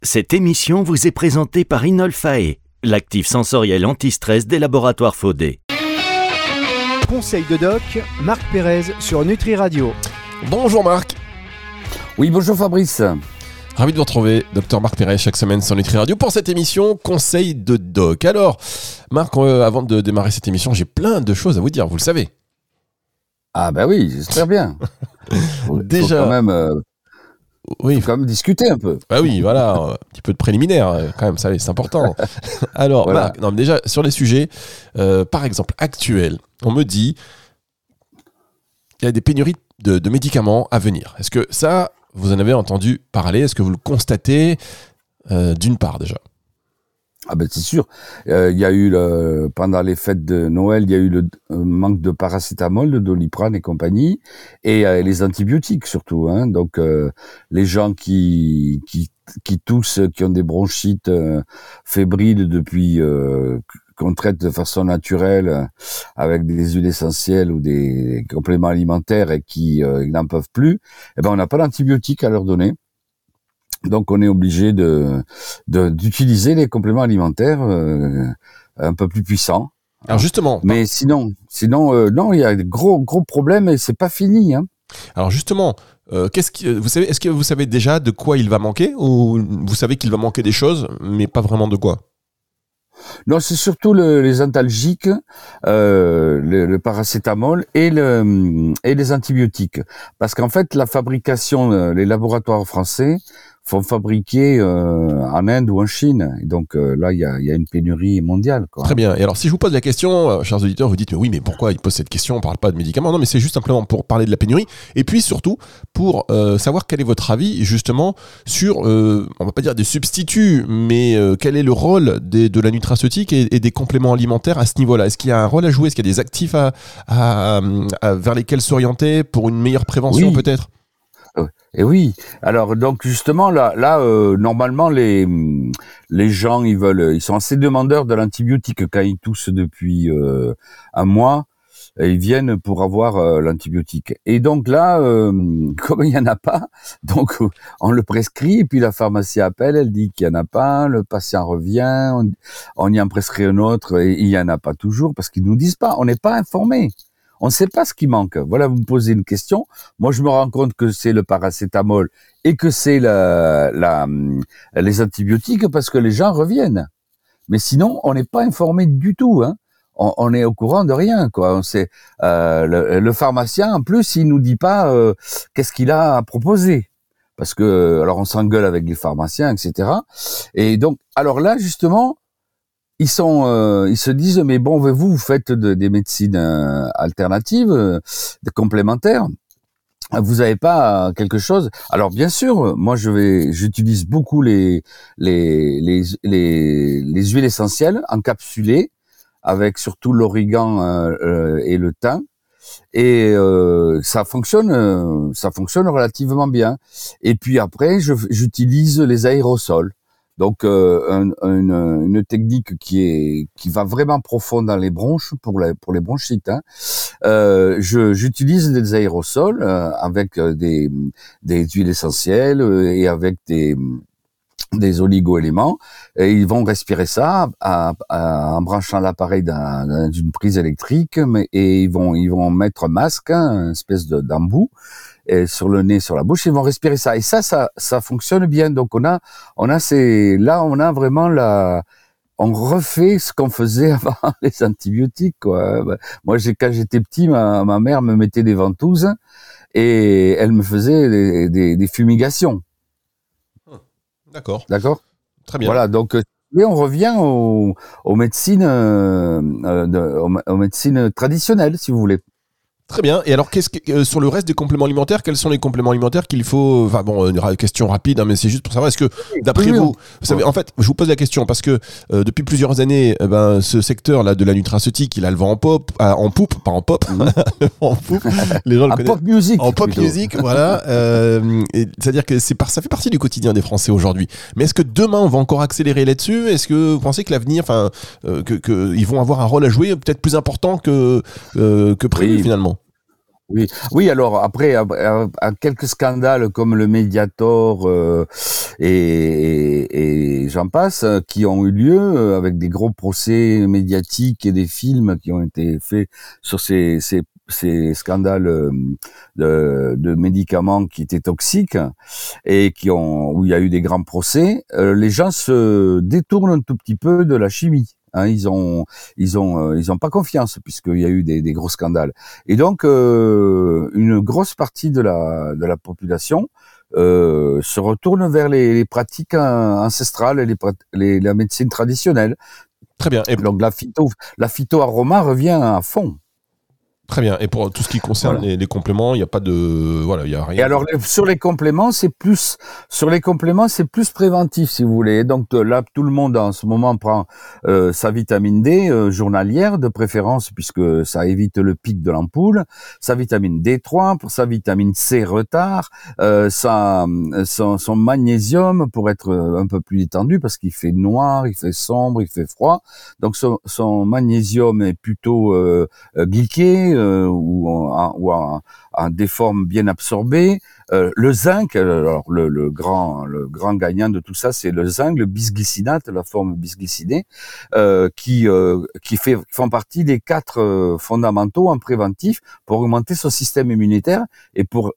Cette émission vous est présentée par Inolfae, l'actif sensoriel anti-stress des laboratoires Faudé. Conseil de doc, Marc Pérez sur Nutri Radio. Bonjour Marc. Oui, bonjour Fabrice. Ravi de vous retrouver, Dr Marc Pérez, chaque semaine sur Nutri Radio pour cette émission Conseil de doc. Alors, Marc, avant de démarrer cette émission, j'ai plein de choses à vous dire, vous le savez. Ah bah oui, j'espère bien. Déjà, faut quand même discuter un peu. Bah oui, voilà, un petit peu de préliminaire, quand même, ça c'est important. Alors, voilà. Marc, non, déjà, sur les sujets, par exemple, actuels, on me dit qu'il y a des pénuries de médicaments à venir. Est-ce que ça, vous en avez entendu parler? Est-ce que vous le constatez d'une part déjà? Ah ben c'est sûr. Il y a eu pendant les fêtes de Noël, il y a eu le manque de paracétamol, de Doliprane et compagnie, et les antibiotiques surtout. Hein. Donc les gens qui toussent, qui ont des bronchites fébriles depuis qu'on traite de façon naturelle avec des huiles essentielles ou des compléments alimentaires et qui n'en peuvent plus, eh ben on n'a pas d'antibiotiques à leur donner. Donc on est obligé d'utiliser les compléments alimentaires un peu plus puissants. Alors justement, mais sinon non, il y a des gros problèmes et c'est pas fini. Hein. Alors justement, est-ce que vous savez déjà de quoi il va manquer, ou vous savez qu'il va manquer des choses, mais pas vraiment de quoi? Non, c'est surtout les antalgiques, le paracétamol et les antibiotiques. Parce qu'en fait, la fabrication, les laboratoires français font fabriquer en Inde ou en Chine. Et donc là, il y a une pénurie mondiale, quoi. Très bien. Et alors, si je vous pose la question, chers auditeurs, vous dites, mais oui, mais pourquoi il pose cette question? On parle pas de médicaments. Non, mais c'est juste simplement pour parler de la pénurie. Et puis surtout, pour savoir quel est votre avis, justement, sur, on va pas dire des substituts, mais quel est le rôle de la nutraceutique et des compléments alimentaires à ce niveau-là? Est-ce qu'il y a un rôle à jouer? Est-ce qu'il y a des actifs vers lesquels s'orienter pour une meilleure prévention, peut-être? Et oui. Alors donc justement là normalement les gens ils sont assez demandeurs de l'antibiotique quand ils toussent depuis un mois. Ils viennent pour avoir l'antibiotique. Et donc là, comme il y en a pas, donc on le prescrit et puis la pharmacie appelle, elle dit qu'il y en a pas, le patient revient, on y en prescrit un autre et il y en a pas toujours parce qu'ils nous disent pas, on n'est pas informés. On ne sait pas ce qui manque. Voilà, vous me posez une question. Moi, je me rends compte que c'est le paracétamol et que c'est les antibiotiques parce que les gens reviennent. Mais sinon, on n'est pas informé du tout. Hein. On est au courant de rien, quoi. On sait, le pharmacien, en plus, il nous dit pas qu'est-ce qu'il a à proposer. Parce que, alors, on s'engueule avec les pharmaciens, etc. Et donc, alors là, justement, ils se disent, mais bon, vous faites des médecines alternatives, complémentaires. Vous n'avez pas quelque chose? Alors bien sûr, moi j'utilise beaucoup les huiles essentielles encapsulées avec surtout l'origan et le thym. Et ça fonctionne relativement bien. Et puis après, j'utilise les aérosols. Donc une technique qui va vraiment profond dans les bronches pour les bronchites. Hein. J'utilise des aérosols avec des huiles essentielles et avec des oligo-éléments, et ils vont respirer ça en branchant l'appareil d'une prise électrique, et ils vont mettre un masque, hein, une espèce d'embout, et sur le nez, sur la bouche, ils vont respirer ça. Et ça fonctionne bien. Donc on a vraiment on refait ce qu'on faisait avant les antibiotiques, quoi. Moi, quand j'étais petit, ma mère me mettait des ventouses et elle me faisait des fumigations. D'accord. Très bien. Voilà, donc on revient aux médecines traditionnelles, si vous voulez. Très bien. Et alors, sur le reste des compléments alimentaires, quels sont les compléments alimentaires qu'il faut... Enfin bon, une question rapide, hein, mais c'est juste pour savoir, est-ce que, d'après vous savez, en fait, je vous pose la question parce que depuis plusieurs années, ce secteur-là de la nutraceutique, il a le vent en poupe, pas en pop, en poupe. Les gens le connaissent. Pop music. En pop music, voilà. C'est-à-dire que ça fait partie du quotidien des Français aujourd'hui. Mais est-ce que demain, on va encore accélérer là-dessus? Est-ce que vous pensez que l'avenir, qu'ils vont avoir un rôle à jouer peut-être plus important que prévu finalement? Oui. Alors après, à quelques scandales comme le Mediator et j'en passe, qui ont eu lieu avec des gros procès médiatiques et des films qui ont été faits sur ces scandales de médicaments qui étaient toxiques et où il y a eu des grands procès, les gens se détournent un tout petit peu de la chimie. Hein, ils ont pas confiance puisqu'il y a eu des gros scandales. Et donc une grosse partie de la population se retourne vers les pratiques ancestrales et la médecine traditionnelle. Très bien. Et donc la phytoaroma revient à fond. Très bien. Et pour tout ce qui concerne les compléments, il n'y a pas de, il y a rien. Et alors sur les compléments, c'est plus préventif, si vous voulez. Donc là, tout le monde en ce moment prend sa vitamine D journalière de préférence, puisque ça évite le pic de l'ampoule. Sa vitamine D3 pour sa vitamine C retard, son magnésium pour être un peu plus détendu parce qu'il fait noir, il fait sombre, il fait froid. Donc son magnésium est plutôt glyqué. Ou en des formes bien absorbées. Le zinc, alors le grand gagnant de tout ça, c'est le zinc, le bisglycinate, la forme bisglycinée, qui font partie des 4 fondamentaux en préventif pour augmenter son système immunitaire et pour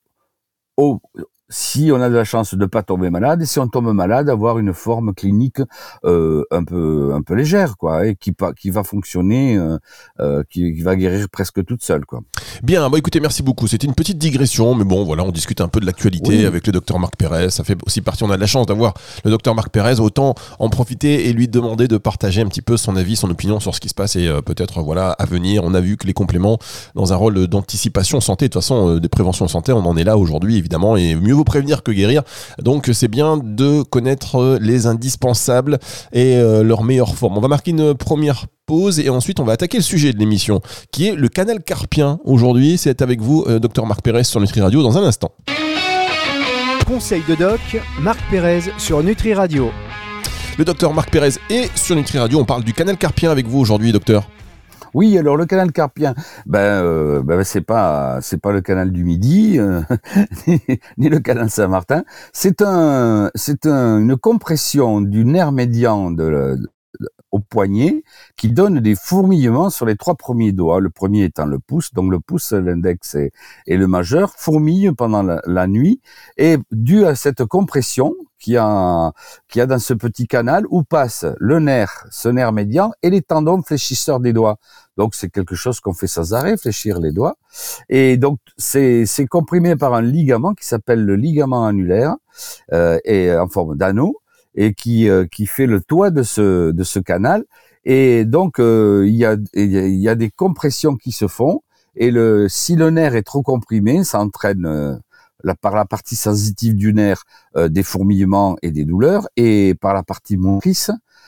si on a de la chance de pas tomber malade, et si on tombe malade, avoir une forme clinique un peu légère, quoi, et qui va fonctionner, qui va guérir presque toute seule, quoi. Bien, écoutez, merci beaucoup. C'était une petite digression, mais bon, voilà, on discute un peu de l'actualité avec le docteur Marc Pérez. Ça fait aussi partie. On a de la chance d'avoir le docteur Marc Pérez. Autant en profiter et lui demander de partager un petit peu son avis, son opinion sur ce qui se passe et peut-être à venir. On a vu que les compléments, dans un rôle d'anticipation santé, de toute façon, de prévention santé, on en est là aujourd'hui, évidemment, et mieux vaut prévenir que guérir. Donc c'est bien de connaître les indispensables et leur meilleure forme. On va marquer une première pause et ensuite on va attaquer le sujet de l'émission qui est le canal carpien. Aujourd'hui, c'est avec vous, docteur Marc Pérez sur Nutri Radio dans un instant. Conseil de doc, Marc Pérez sur Nutri Radio. Le docteur Marc Pérez est sur Nutri Radio. On parle du canal carpien avec vous aujourd'hui, docteur. Oui, alors le canal carpien, c'est pas le canal du Midi ni le canal Saint-Martin. C'est une compression du nerf médian au poignet qui donne des fourmillements sur les 3 premiers doigts. Le premier étant le pouce, donc le pouce, l'index et le majeur fourmillent pendant la nuit, et dû à cette compression qu'il y a dans ce petit canal où passe ce nerf médian et les tendons fléchisseurs des doigts. Donc c'est quelque chose qu'on fait sans arrêt, fléchir les doigts. Et donc c'est comprimé par un ligament qui s'appelle le ligament annulaire et en forme d'anneau, et qui fait le toit de ce canal. Et donc il y a des compressions qui se font, et si le nerf est trop comprimé, ça entraîne par la partie sensitive du nerf des fourmillements et des douleurs, et par la partie motrice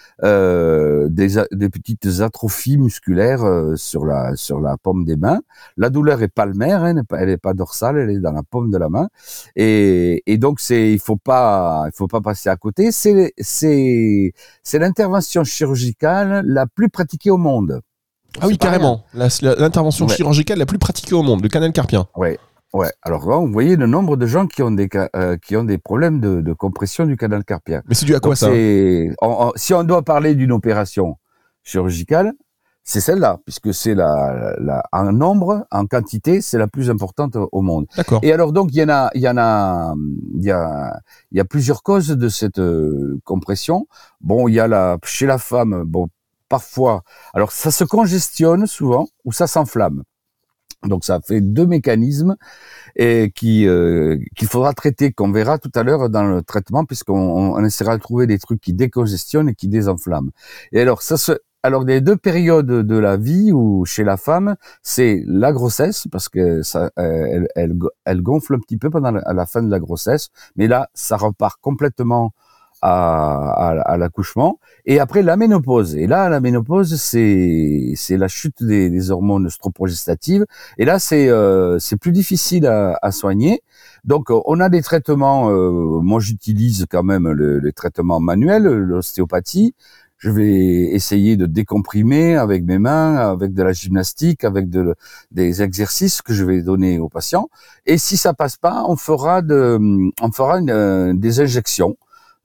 des petites atrophies musculaires sur la paume des mains. La douleur est palmaire, hein, elle est pas dorsale, elle est dans la paume de la main, et donc il faut pas passer à côté. C'est l'intervention chirurgicale la plus pratiquée au monde. Ah oui, carrément. L'intervention chirurgicale la plus pratiquée au monde, le canal carpien. Ouais. Ouais. Alors là, vous voyez le nombre de gens qui ont des problèmes de compression du canal carpien. Mais c'est dû à quoi ça ? Si on doit parler d'une opération chirurgicale, c'est celle-là, puisque c'est en nombre, en quantité, c'est la plus importante au monde. D'accord. Et alors donc il y a plusieurs causes de cette compression. Bon, il y a chez la femme, parfois, alors ça se congestionne souvent ou ça s'enflamme. Donc ça fait 2 mécanismes et qu'il faudra traiter, qu'on verra tout à l'heure dans le traitement, puisqu'on essaiera de trouver des trucs qui décongestionnent et qui désenflamment. Et alors alors les 2 périodes de la vie où chez la femme, c'est la grossesse, parce que elle gonfle un petit peu à la fin de la grossesse, mais là ça repart complètement à l'accouchement, et après la ménopause. Et là, la ménopause, c'est la chute des hormones œstrogestatives, et là c'est plus difficile à soigner. Donc on a des traitements, moi j'utilise quand même les traitements manuels, l'ostéopathie, je vais essayer de décomprimer avec mes mains, avec de la gymnastique, avec des exercices que je vais donner aux patients. Et si ça passe pas, on fera des injections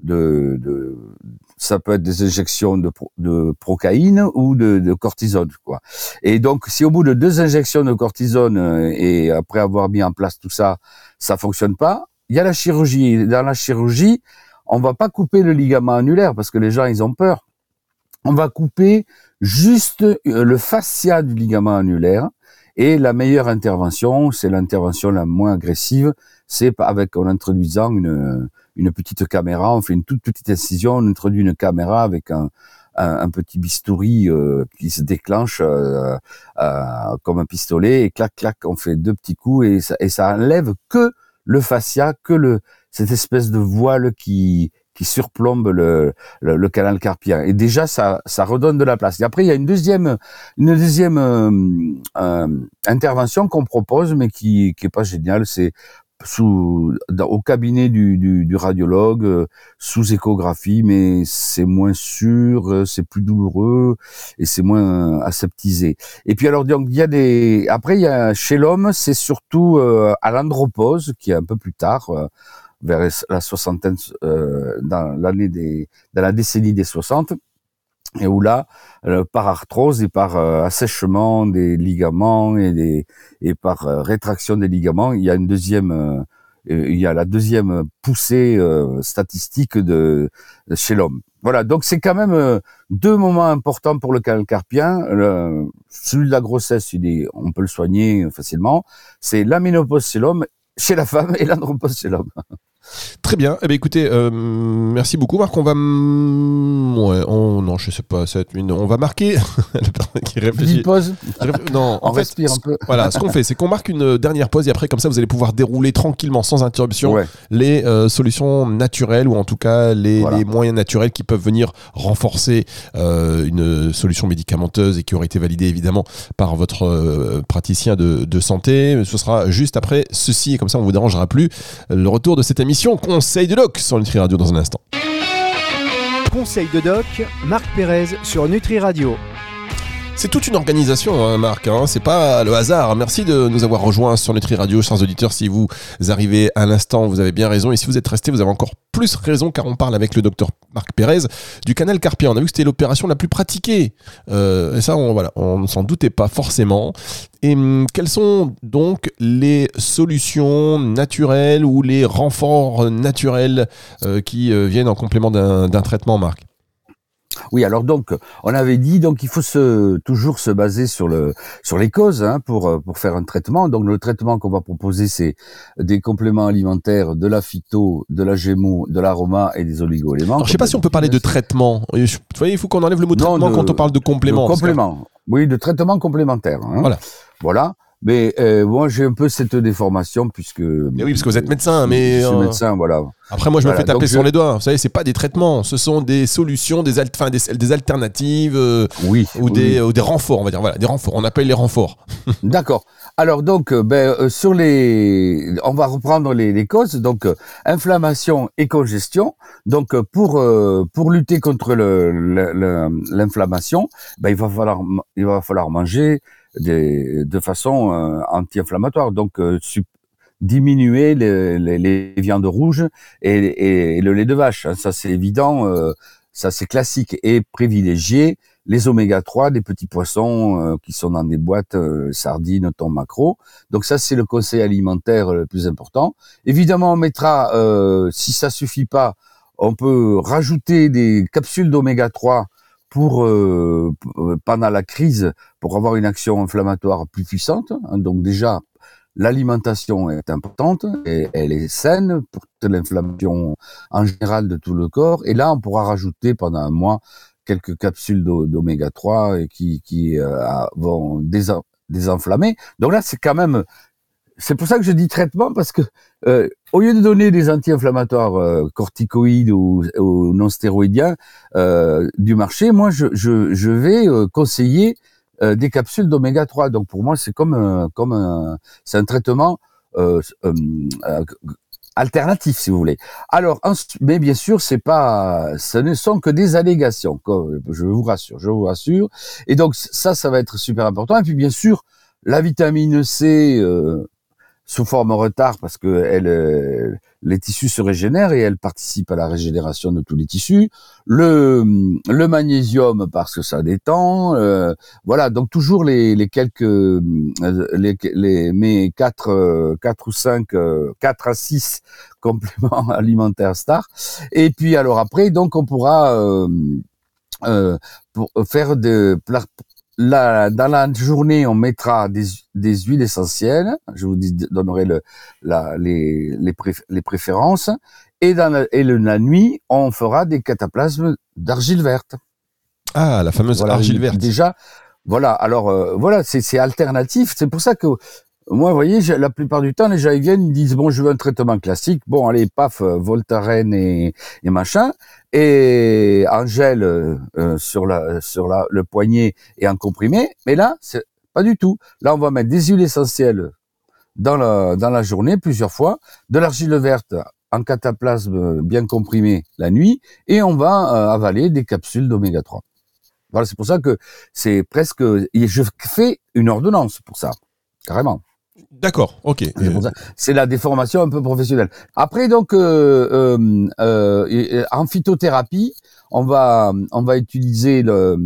ça peut être des injections de procaïne ou de cortisone, quoi. Et donc, si au bout de 2 injections de cortisone et après avoir mis en place tout ça, ça fonctionne pas, il y a la chirurgie. Dans la chirurgie, on va pas couper le ligament annulaire parce que les gens, ils ont peur. On va couper juste le fascia du ligament annulaire. Et la meilleure intervention, c'est l'intervention la moins agressive, c'est en introduisant une petite caméra. On fait une toute petite incision, on introduit une caméra avec un petit bistouri qui se déclenche comme un pistolet, et clac clac, on fait 2 petits coups et ça enlève que le fascia, cette espèce de voile qui surplombe le canal carpien. Et déjà, ça redonne de la place. Et après, il y a une deuxième intervention qu'on propose, mais qui est pas géniale. C'est au cabinet du radiologue, sous échographie, mais c'est moins sûr, c'est plus douloureux et c'est moins aseptisé. Et puis alors, donc, chez l'homme, c'est surtout à l'andropause, qui est un peu plus tard, vers la soixantaine, dans la décennie des 60, et où là, par arthrose et par assèchement des ligaments et par rétraction des ligaments, il y a la deuxième poussée statistique chez l'homme. Voilà, donc c'est quand même 2 moments importants pour le canal carpien. Celui de la grossesse, on peut le soigner facilement. C'est la ménopause chez l'homme, chez la femme, et l'andropause chez l'homme. Très bien. Eh bien, écoutez, merci beaucoup, Marc. On va, non, je sais pas, on va marquer. La personne qui réfléchit. Une pause. Non, on respire un peu. Voilà, ce qu'on fait, c'est qu'on marque une dernière pause et après, comme ça, vous allez pouvoir dérouler tranquillement, sans interruption, les solutions naturelles, ou en tout cas les moyens naturels qui peuvent venir renforcer une solution médicamenteuse et qui aurait été validée évidemment par votre praticien de santé. Ce sera juste après ceci, et comme ça, on vous dérangera plus. Le retour de cette émission Conseil de Doc sur Nutri Radio dans un instant. Conseil de Doc, Marc Pérez sur Nutri Radio. C'est toute une organisation, hein, Marc, hein. C'est pas le hasard. Merci de nous avoir rejoints sur Nutri Radio, chers auditeurs. Si vous arrivez à l'instant, vous avez bien raison. Et si vous êtes restés, vous avez encore plus raison, car on parle avec le docteur Marc Pérez du canal carpien. On a vu que c'était l'opération la plus pratiquée. Et ça, on ne s'en doutait pas forcément. Et quelles sont donc les solutions naturelles ou les renforts naturels qui viennent en complément d'un traitement, Marc ? Oui, alors donc on avait dit il faut toujours se baser sur les causes, hein, pour faire un traitement. Donc le traitement qu'on va proposer, c'est des compléments alimentaires, de la phyto, de la gémo, de l'aroma et des oligo-éléments. Alors je sais pas si on peut parler de traitement. Vous voyez, il faut qu'on enlève le mot traitement quand on parle de complément. De complément. Oui, de traitement complémentaire. Hein. Voilà. Mais moi, j'ai un peu cette déformation puisque. Mais oui, parce que vous êtes médecin, mais. Je suis médecin, voilà. Après, moi, je me fais taper sur les doigts. Vous savez, c'est pas des traitements, ce sont des solutions, des alternatives, ou des renforts, on va dire. Voilà, des renforts. On appelle les renforts. D'accord. Alors donc, on va reprendre les causes. Donc, inflammation et congestion. Donc, pour lutter contre l'inflammation, il va falloir manger de façon anti-inflammatoire, donc diminuer les viandes rouges et le lait de vache, hein, ça c'est évident, ça c'est classique, et privilégier les oméga 3 des petits poissons qui sont dans des boîtes, sardines, thon, maquereau. Donc ça c'est le conseil alimentaire le plus important. Évidemment on mettra, si ça suffit pas, on peut rajouter des capsules d'oméga 3 pour pendant la crise, pour avoir une action inflammatoire plus puissante. Donc déjà, l'alimentation est importante et elle est saine pour toute l'inflammation en général de tout le corps. Et là, on pourra rajouter pendant un mois quelques capsules d'oméga 3 qui vont désenflammer. Donc là, c'est quand même... C'est pour ça que je dis traitement, parce que au lieu de donner des anti-inflammatoires corticoïdes ou non stéroïdiens du marché, moi je vais conseiller des capsules d'oméga 3. Donc pour moi c'est c'est un traitement alternatif, si vous voulez. Alors, mais bien sûr, ce ne sont que des allégations. Je vous rassure. Et donc, ça va être super important. Et puis, bien sûr, la vitamine C, sous forme retard, parce que les tissus se régénèrent et elle participe à la régénération de tous les tissus. Le magnésium, parce que ça détend. Voilà, donc toujours mes 4 ou 5, 4 à 6 compléments alimentaires stars. Et puis alors après, donc on pourra pour faire dans la journée, on mettra des huiles essentielles. Je vous donnerai les préférences. Et la nuit, on fera des cataplasmes d'argile verte. Ah, la fameuse argile verte. Déjà, voilà. Alors, voilà, c'est alternatif. C'est pour ça que moi, vous voyez, la plupart du temps, les gens ils viennent, ils disent bon, je veux un traitement classique. Bon, allez, paf, Voltaren et machin, et en gel sur le poignet et en comprimé. Mais là, c'est pas du tout. Là, on va mettre des huiles essentielles dans la journée plusieurs fois, de l'argile verte en cataplasme bien comprimé la nuit, et on va avaler des capsules d'oméga 3. Voilà, c'est pour ça que c'est presque. Je fais une ordonnance pour ça, carrément. D'accord, ok. C'est la déformation un peu professionnelle. Après, donc, en phytothérapie, on va utiliser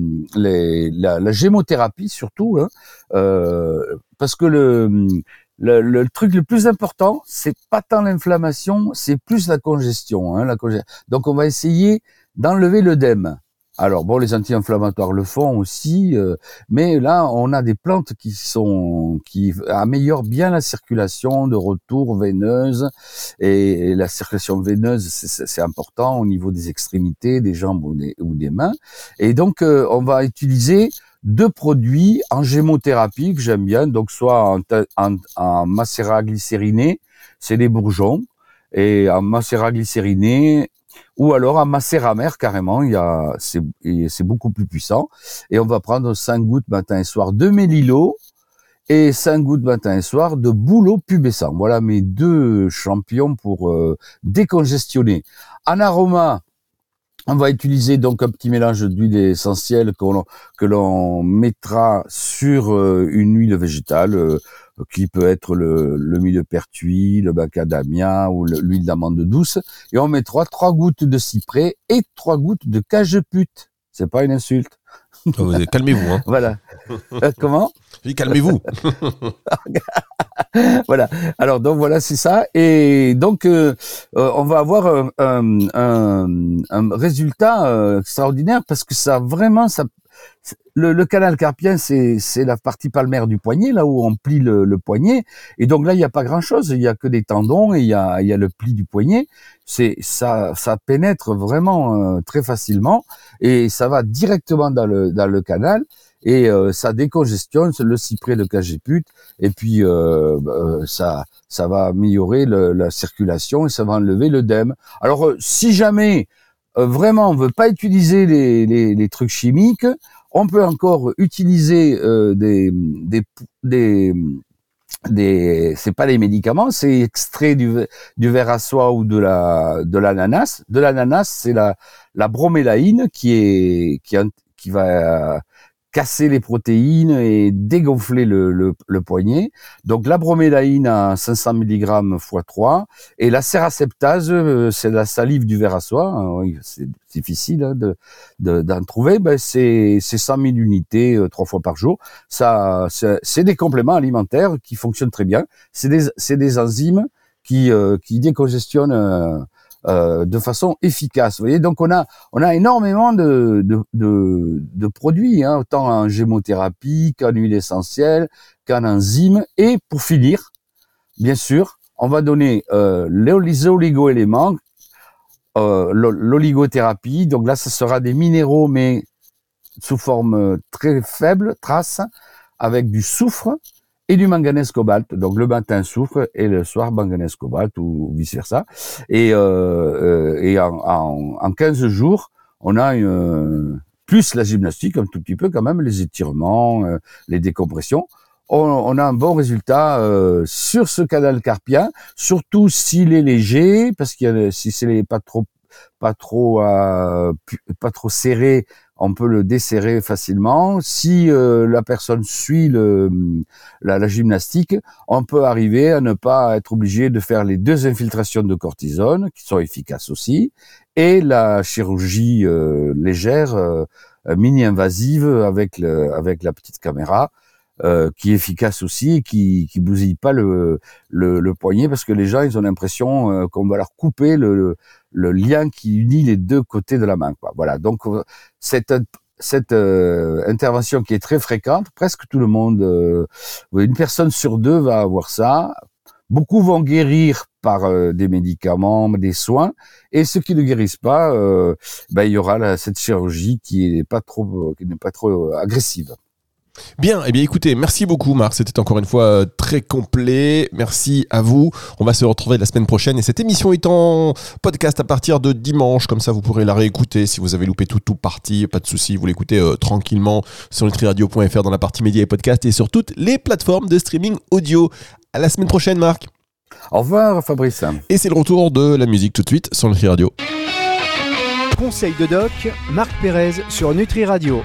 la gémothérapie surtout, hein, parce que le truc le plus important, c'est pas tant l'inflammation, c'est plus la congestion. Hein, donc, on va essayer d'enlever l'œdème. Alors bon, les anti-inflammatoires le font aussi, mais là on a des plantes qui améliorent bien la circulation de retour veineuse, et la circulation veineuse c'est important au niveau des extrémités, des jambes ou des mains. Et donc on va utiliser 2 produits en gémothérapie que j'aime bien, donc soit en macérat glycériné, c'est les bourgeons, et en macérat glycériné, ou alors en macérat mère carrément, c'est beaucoup plus puissant. Et on va prendre 5 gouttes matin et soir de mélilo et 5 gouttes matin et soir de bouleau pubescent. Voilà mes 2 champions pour décongestionner. En aroma, on va utiliser donc un petit mélange d'huile essentielle que l'on mettra sur une huile végétale, qui peut être le millepertuis, le macadamia ou l'huile d'amande douce. Et on mettra 3 gouttes de cyprès et 3 gouttes de cajeput. C'est pas une insulte. Calmez-vous, hein. Voilà. Comment? Je dis calmez-vous. Voilà. Alors donc voilà, c'est ça. Et donc on va avoir un résultat extraordinaire, parce que le canal carpien, c'est la partie palmaire du poignet, là où on plie le poignet. Et donc là, il n'y a pas grand-chose. Il y a que des tendons et il y a le pli du poignet. Ça pénètre vraiment très facilement, et ça va directement dans le canal. Et ça décongestionne le cyprès, le cajeput, et puis ça va améliorer la circulation, et ça va enlever l'œdème. Alors si jamais vraiment on veut pas utiliser les trucs chimiques, on peut encore utiliser c'est pas des médicaments, c'est extrait du ver à soie ou de l'ananas. De l'ananas, c'est la bromélaïne qui va casser les protéines et dégonfler le poignet. Donc la bromélaïne à 500 mg x 3, et la céraceptase, c'est la salive du ver à soie. Oui, c'est difficile hein, d'en trouver. Ben c'est 100 000 unités 3 fois par jour. Ça, c'est des compléments alimentaires qui fonctionnent très bien. C'est des enzymes qui décongestionnent de façon efficace. Vous voyez, donc on a énormément de produits, hein, autant en gémothérapie qu'en huile essentielle, qu'en enzymes. Et pour finir, bien sûr, on va donner les oligo-éléments, l'oligothérapie. Donc là, ce sera des minéraux, mais sous forme très faible, trace, avec du soufre et du manganèse cobalt. Donc le matin soufre et le soir manganèse cobalt, ou vice versa. Et en 15 jours, on a plus la gymnastique un tout petit peu quand même, les étirements, les décompressions. on a un bon résultat sur ce canal carpien, surtout s'il est léger, parce si c'est pas trop serré, on peut le desserrer facilement. Si la personne suit la gymnastique, on peut arriver à ne pas être obligé de faire les 2 infiltrations de cortisone, qui sont efficaces aussi, et la chirurgie légère, mini-invasive avec la petite caméra, qui est efficace aussi et qui bousille pas le poignet, parce que les gens, ils ont l'impression qu'on va leur couper le lien qui unit les 2 côtés de la main, quoi. Voilà. Donc, cette intervention qui est très fréquente, presque tout le monde, une personne sur 2 va avoir ça. Beaucoup vont guérir par des médicaments, des soins, et ceux qui ne guérissent pas, il y aura cette chirurgie qui n'est pas trop agressive. Bien, eh bien écoutez, merci beaucoup Marc, c'était encore une fois très complet, merci à vous, on va se retrouver la semaine prochaine et cette émission est en podcast à partir de dimanche, comme ça vous pourrez la réécouter si vous avez loupé tout parti, pas de souci, vous l'écoutez tranquillement sur nutriradio.fr dans la partie médias et podcasts et sur toutes les plateformes de streaming audio. À la semaine prochaine Marc. Au revoir Fabrice. Et c'est le retour de la musique tout de suite sur Nutri Radio. Conseil de doc, Marc Pérez sur Nutri Radio.